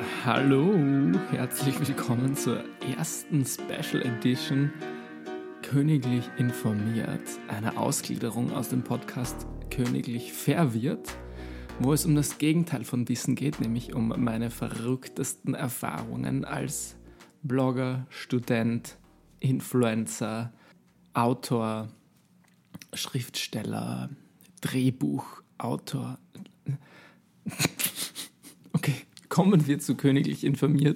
Hallo, herzlich willkommen zur ersten Special Edition Königlich informiert, eine Ausgliederung aus dem Podcast Königlich verwirrt, wo es um das Gegenteil von Wissen geht, nämlich um meine verrücktesten Erfahrungen als Blogger, Student, Influencer, Autor, Schriftsteller, Drehbuchautor. Okay, kommen wir zu Königlich informiert.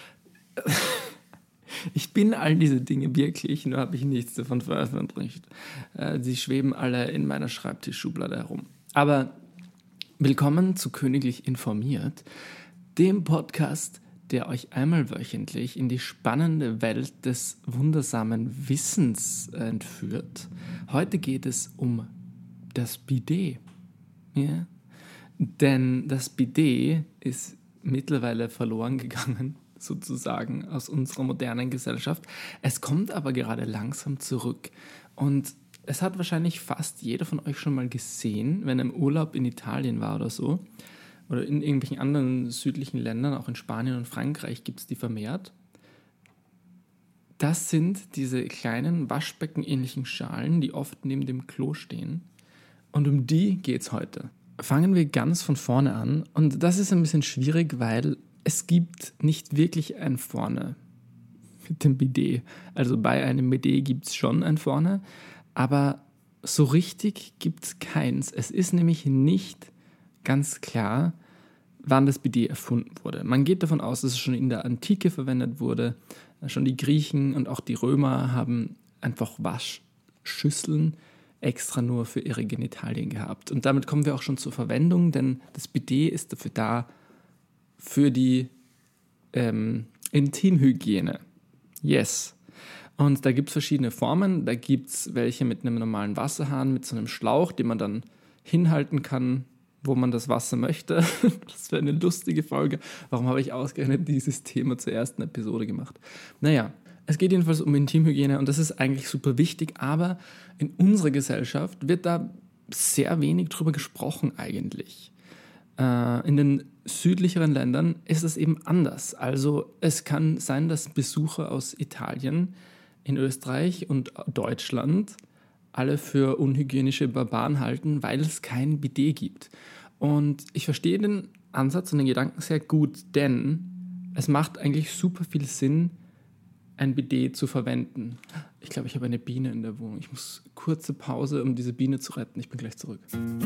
Ich bin all diese Dinge wirklich, nur habe ich nichts davon veröffentlicht. Sie schweben alle in meiner Schreibtischschublade herum. Aber willkommen zu Königlich informiert, dem Podcast, der euch einmal wöchentlich in die spannende Welt des wundersamen Wissens entführt. Heute geht es um das Bidet. Ja? Denn das Bidet ist mittlerweile verloren gegangen, sozusagen, aus unserer modernen Gesellschaft. Es kommt aber gerade langsam zurück. Und es hat wahrscheinlich fast jeder von euch schon mal gesehen, wenn er im Urlaub in Italien war oder so, oder in irgendwelchen anderen südlichen Ländern, auch in Spanien und Frankreich gibt es die vermehrt. Das sind diese kleinen waschbeckenähnlichen Schalen, die oft neben dem Klo stehen. Und um die geht es heute. Fangen wir ganz von vorne an. Und das ist ein bisschen schwierig, weil es gibt nicht wirklich ein Vorne mit dem Bidet. Also bei einem Bidet gibt es schon ein Vorne, aber so richtig gibt es keins. Es ist nämlich nicht ganz klar, wann das Bidet erfunden wurde. Man geht davon aus, dass es schon in der Antike verwendet wurde. Schon die Griechen und auch die Römer haben einfach Waschschüsseln extra nur für ihre Genitalien gehabt. Und damit kommen wir auch schon zur Verwendung, denn das Bidet ist dafür da, für die Intimhygiene. Yes. Und da gibt es verschiedene Formen. Da gibt es welche mit einem normalen Wasserhahn, mit so einem Schlauch, den man dann hinhalten kann, wo man das Wasser möchte. Das wäre eine lustige Folge. Warum habe ich ausgerechnet dieses Thema zur ersten Episode gemacht? Naja, es geht jedenfalls um Intimhygiene und das ist eigentlich super wichtig, aber in unserer Gesellschaft wird da sehr wenig drüber gesprochen eigentlich. In den südlicheren Ländern ist es eben anders. Also es kann sein, dass Besucher aus Italien in Österreich und Deutschland alle für unhygienische Barbaren halten, weil es kein Bidet gibt. Und ich verstehe den Ansatz und den Gedanken sehr gut, denn es macht eigentlich super viel Sinn, ein Bidet zu verwenden. Ich glaube, ich habe eine Biene in der Wohnung. Ich muss kurze Pause, um diese Biene zu retten. Ich bin gleich zurück.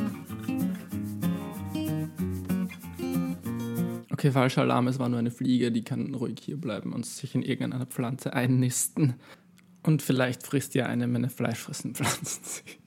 Okay, falscher Alarm, es war nur eine Fliege, die kann ruhig hier bleiben und sich in irgendeiner Pflanze einnisten. Und vielleicht frisst ja eine meiner fleischfressenden Pflanzen.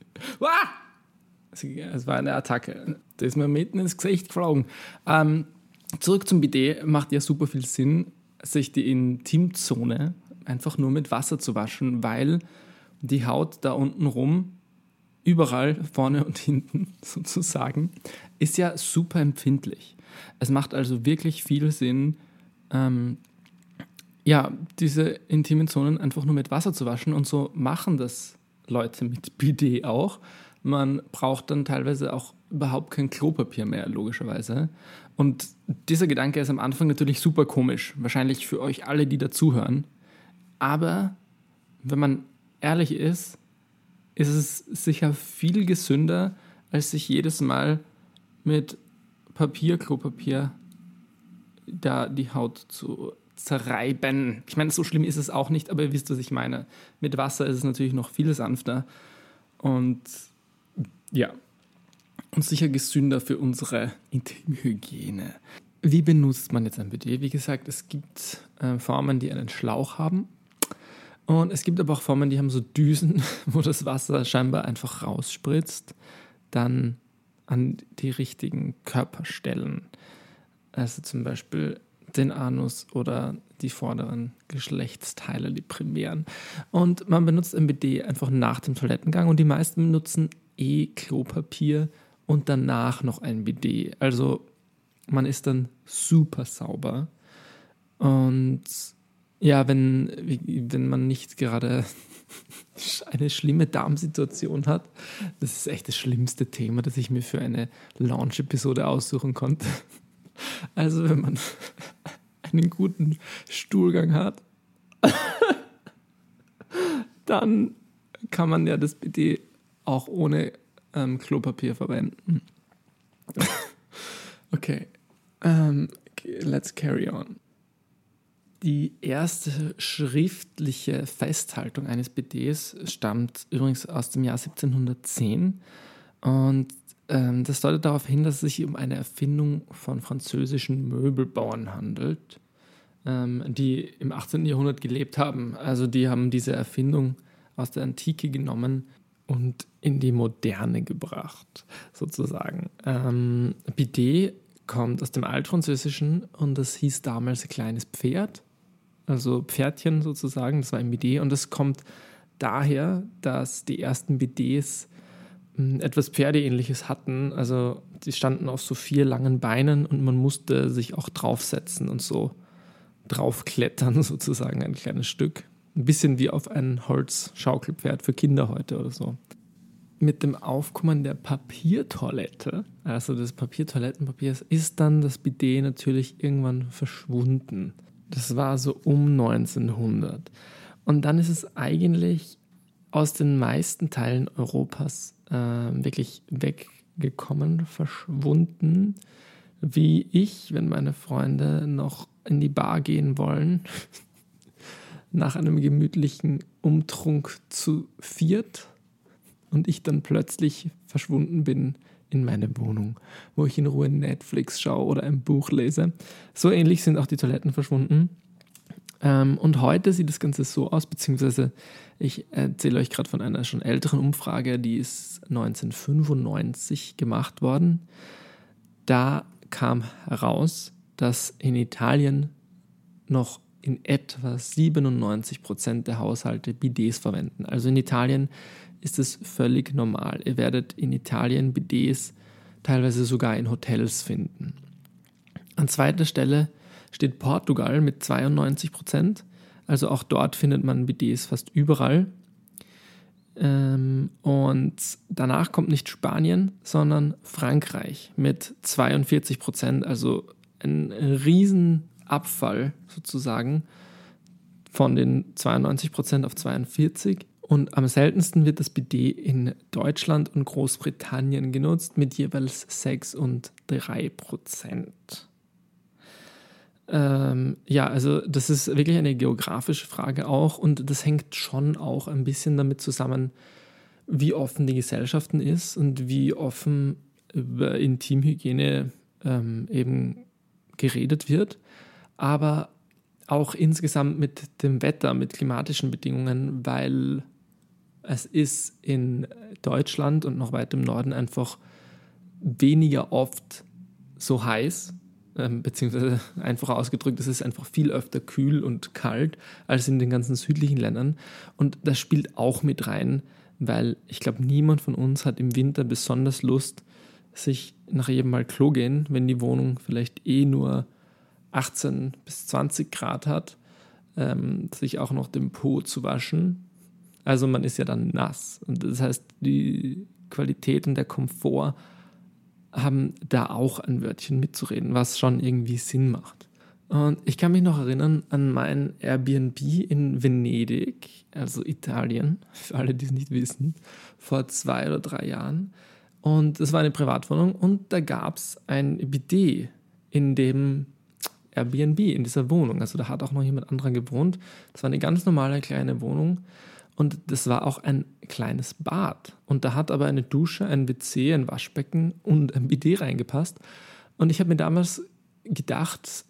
Es war eine Attacke. Da ist mir mitten ins Gesicht geflogen. Zurück zum Bidet. Macht ja super viel Sinn, sich die Intimzone einfach nur mit Wasser zu waschen, weil die Haut da unten rum, überall, vorne und hinten sozusagen, ist ja super empfindlich. Es macht also wirklich viel Sinn, diese intimen Zonen einfach nur mit Wasser zu waschen und so machen das Leute mit Bidet auch. Man braucht dann teilweise auch überhaupt kein Klopapier mehr, logischerweise. Und dieser Gedanke ist am Anfang natürlich super komisch, wahrscheinlich für euch alle, die dazuhören. Aber wenn man ehrlich ist, ist es sicher viel gesünder, als sich jedes Mal mit Klopapier da die Haut zu zerreiben. Ich meine, so schlimm ist es auch nicht, aber ihr wisst, was ich meine. Mit Wasser ist es natürlich noch viel sanfter und ja, und sicher gesünder für unsere Intimhygiene. Wie benutzt man jetzt ein Bidet? Wie gesagt, es gibt Formen, die einen Schlauch haben. Und es gibt aber auch Formen, die haben so Düsen, wo das Wasser scheinbar einfach rausspritzt, dann an die richtigen Körperstellen. Also zum Beispiel den Anus oder die vorderen Geschlechtsteile, die primären. Und man benutzt ein Bidet einfach nach dem Toilettengang und die meisten benutzen Klopapier und danach noch ein Bidet. Also man ist dann super sauber. Und ja, wenn man nicht gerade eine schlimme Darmsituation hat, das ist echt das schlimmste Thema, das ich mir für eine Launch-Episode aussuchen konnte. Also wenn man einen guten Stuhlgang hat, dann kann man ja das Bidet auch ohne Klopapier verwenden. Okay, let's carry on. Die erste schriftliche Festhaltung eines Bidets stammt übrigens aus dem Jahr 1710 und das deutet darauf hin, dass es sich um eine Erfindung von französischen Möbelbauern handelt, die im 18. Jahrhundert gelebt haben. Also die haben diese Erfindung aus der Antike genommen und in die Moderne gebracht, sozusagen. Bidet kommt aus dem Altfranzösischen und das hieß damals ein kleines Pferd, also Pferdchen sozusagen, das war ein Bidet und das kommt daher, dass die ersten Bidets etwas Pferdeähnliches hatten, also die standen auf so 4 langen Beinen und man musste sich auch draufsetzen und so draufklettern sozusagen ein kleines Stück. Ein bisschen wie auf ein Holzschaukelpferd für Kinder heute oder so. Mit dem Aufkommen der Papiertoilette, also des Papiertoilettenpapiers, ist dann das Bidet natürlich irgendwann verschwunden. Das war so um 1900. Und dann ist es eigentlich aus den meisten Teilen Europas wirklich weggekommen, verschwunden, wie ich, wenn meine Freunde noch in die Bar gehen wollen, nach einem gemütlichen Umtrunk zu 4 und ich dann plötzlich verschwunden bin in meine Wohnung, wo ich in Ruhe Netflix schaue oder ein Buch lese. So ähnlich sind auch die Toiletten verschwunden. Und heute sieht das Ganze so aus, beziehungsweise ich erzähle euch gerade von einer schon älteren Umfrage, die ist 1995 gemacht worden. Da kam heraus, dass in Italien noch in etwa 97% der Haushalte Bidets verwenden. Also in Italien ist es völlig normal. Ihr werdet in Italien Bidets teilweise sogar in Hotels finden. An zweiter Stelle steht Portugal mit 92%. Also auch dort findet man Bidets fast überall. Und danach kommt nicht Spanien, sondern Frankreich mit 42%. Also ein Riesenabfall sozusagen von den 92% auf 42%. Und am seltensten wird das Bidet in Deutschland und Großbritannien genutzt mit jeweils 6 und 3%. Ja, also das ist wirklich eine geografische Frage auch und das hängt schon auch ein bisschen damit zusammen, wie offen die Gesellschaften ist und wie offen über Intimhygiene eben geredet wird, aber auch insgesamt mit dem Wetter, mit klimatischen Bedingungen, weil es ist in Deutschland und noch weit im Norden einfach weniger oft so heiß, beziehungsweise einfach ausgedrückt, es ist einfach viel öfter kühl und kalt als in den ganzen südlichen Ländern. Und das spielt auch mit rein, weil ich glaube, niemand von uns hat im Winter besonders Lust, sich nach jedem Mal Klo gehen, wenn die Wohnung vielleicht nur 18 bis 20 Grad hat, sich auch noch den Po zu waschen. Also man ist ja dann nass. Und das heißt, die Qualität und der Komfort haben da auch ein Wörtchen mitzureden, was schon irgendwie Sinn macht. Und ich kann mich noch erinnern an mein Airbnb in Venedig, also Italien, für alle, die es nicht wissen, vor 2 oder 3 Jahren. Und es war eine Privatwohnung und da gab es ein Bidet in dem Airbnb, in dieser Wohnung. Also da hat auch noch jemand anderer gewohnt. Das war eine ganz normale kleine Wohnung. Und das war auch ein kleines Bad. Und da hat aber eine Dusche, ein WC, ein Waschbecken und ein Bidet reingepasst. Und ich habe mir damals gedacht,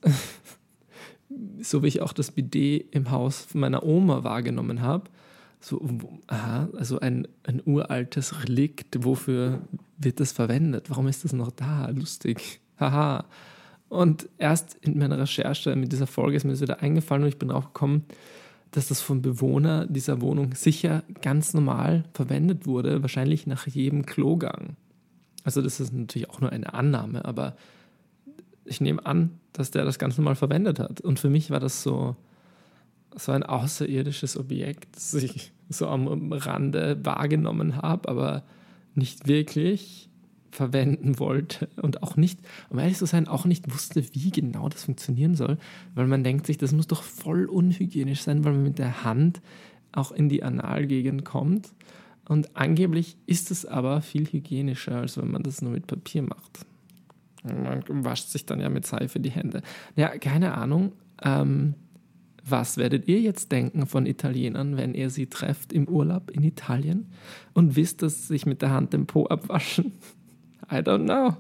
so wie ich auch das Bidet im Haus von meiner Oma wahrgenommen habe, so, also ein uraltes Relikt, wofür wird das verwendet? Warum ist das noch da? Lustig. Haha. Und erst in meiner Recherche mit dieser Folge ist mir das wieder eingefallen und ich bin drauf gekommen, dass das vom Bewohner dieser Wohnung sicher ganz normal verwendet wurde, wahrscheinlich nach jedem Klogang. Also das ist natürlich auch nur eine Annahme, aber ich nehme an, dass der das ganz normal verwendet hat. Und für mich war das so ein außerirdisches Objekt, das ich so am Rande wahrgenommen habe, aber nicht wirklich verwenden wollte und auch nicht, um ehrlich zu sein, auch nicht wusste, wie genau das funktionieren soll, weil man denkt sich, das muss doch voll unhygienisch sein, weil man mit der Hand auch in die Analgegend kommt. Und angeblich ist es aber viel hygienischer, als wenn man das nur mit Papier macht. Man wascht sich dann ja mit Seife die Hände. Ja, keine Ahnung. Was werdet ihr jetzt denken von Italienern, wenn ihr sie trefft im Urlaub in Italien und wisst, dass sie sich mit der Hand den Po abwaschen? I don't know.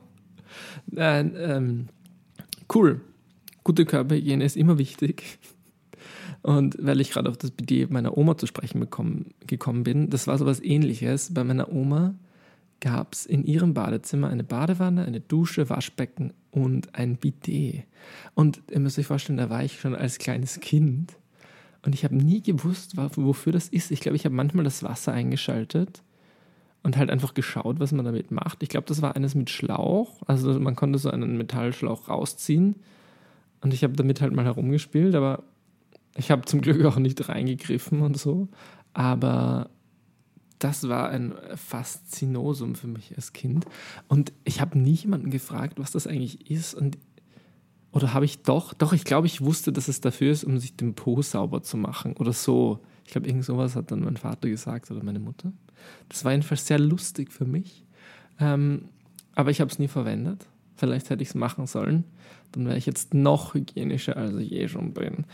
Cool. Gute Körperhygiene ist immer wichtig. Und weil ich gerade auf das Bidet meiner Oma zu sprechen gekommen bin, das war so was Ähnliches. Bei meiner Oma gab es in ihrem Badezimmer eine Badewanne, eine Dusche, Waschbecken und ein Bidet. Und ihr müsst euch vorstellen, da war ich schon als kleines Kind und ich habe nie gewusst, wofür das ist. Ich glaube, ich habe manchmal das Wasser eingeschaltet und halt einfach geschaut, was man damit macht. Ich glaube, das war eines mit Schlauch. Also man konnte so einen Metallschlauch rausziehen und ich habe damit halt mal herumgespielt, aber ich habe zum Glück auch nicht reingegriffen und so. Aber das war ein Faszinosum für mich als Kind. Und ich habe nie jemanden gefragt, was das eigentlich ist. Oder habe ich doch, ich glaube, ich wusste, dass es dafür ist, um sich den Po sauber zu machen oder so. Ich glaube, irgend sowas hat dann mein Vater gesagt oder meine Mutter. Das war jedenfalls sehr lustig für mich. Aber ich habe es nie verwendet. Vielleicht hätte ich es machen sollen. Dann wäre ich jetzt noch hygienischer, als ich eh schon bin.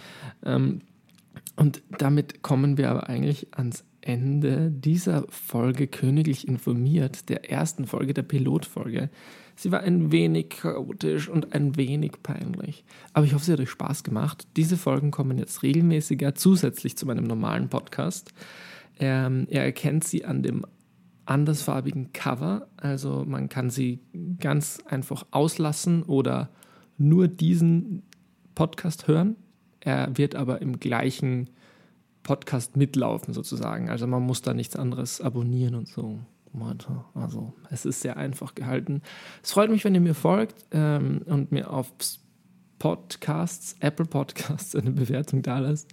Und damit kommen wir aber eigentlich ans Ende dieser Folge Königlich informiert, der ersten Folge, der Pilotfolge. Sie war ein wenig chaotisch und ein wenig peinlich. Aber ich hoffe, sie hat euch Spaß gemacht. Diese Folgen kommen jetzt regelmäßiger, zusätzlich zu meinem normalen Podcast. Ihr erkennt sie an dem andersfarbigen Cover. Also man kann sie ganz einfach auslassen oder nur diesen Podcast hören. Er wird aber im gleichen Podcast mitlaufen sozusagen. Also man muss da nichts anderes abonnieren und so. Also es ist sehr einfach gehalten. Es freut mich, wenn ihr mir folgt und mir auf Podcasts, Apple Podcasts eine Bewertung da lasst.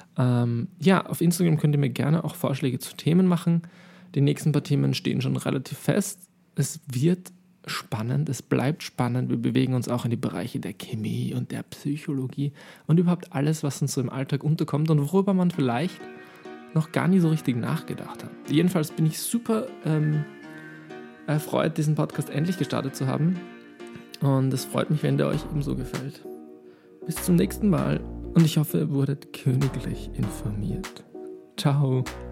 Auf Instagram könnt ihr mir gerne auch Vorschläge zu Themen machen. Die nächsten paar Themen stehen schon relativ fest. Es wird spannend, es bleibt spannend. Wir bewegen uns auch in die Bereiche der Chemie und der Psychologie und überhaupt alles, was uns so im Alltag unterkommt und worüber man vielleicht noch gar nie so richtig nachgedacht hat. Jedenfalls bin ich super erfreut, diesen Podcast endlich gestartet zu haben und es freut mich, wenn der euch ebenso gefällt. Bis zum nächsten Mal und ich hoffe, ihr wurdet königlich informiert. Ciao.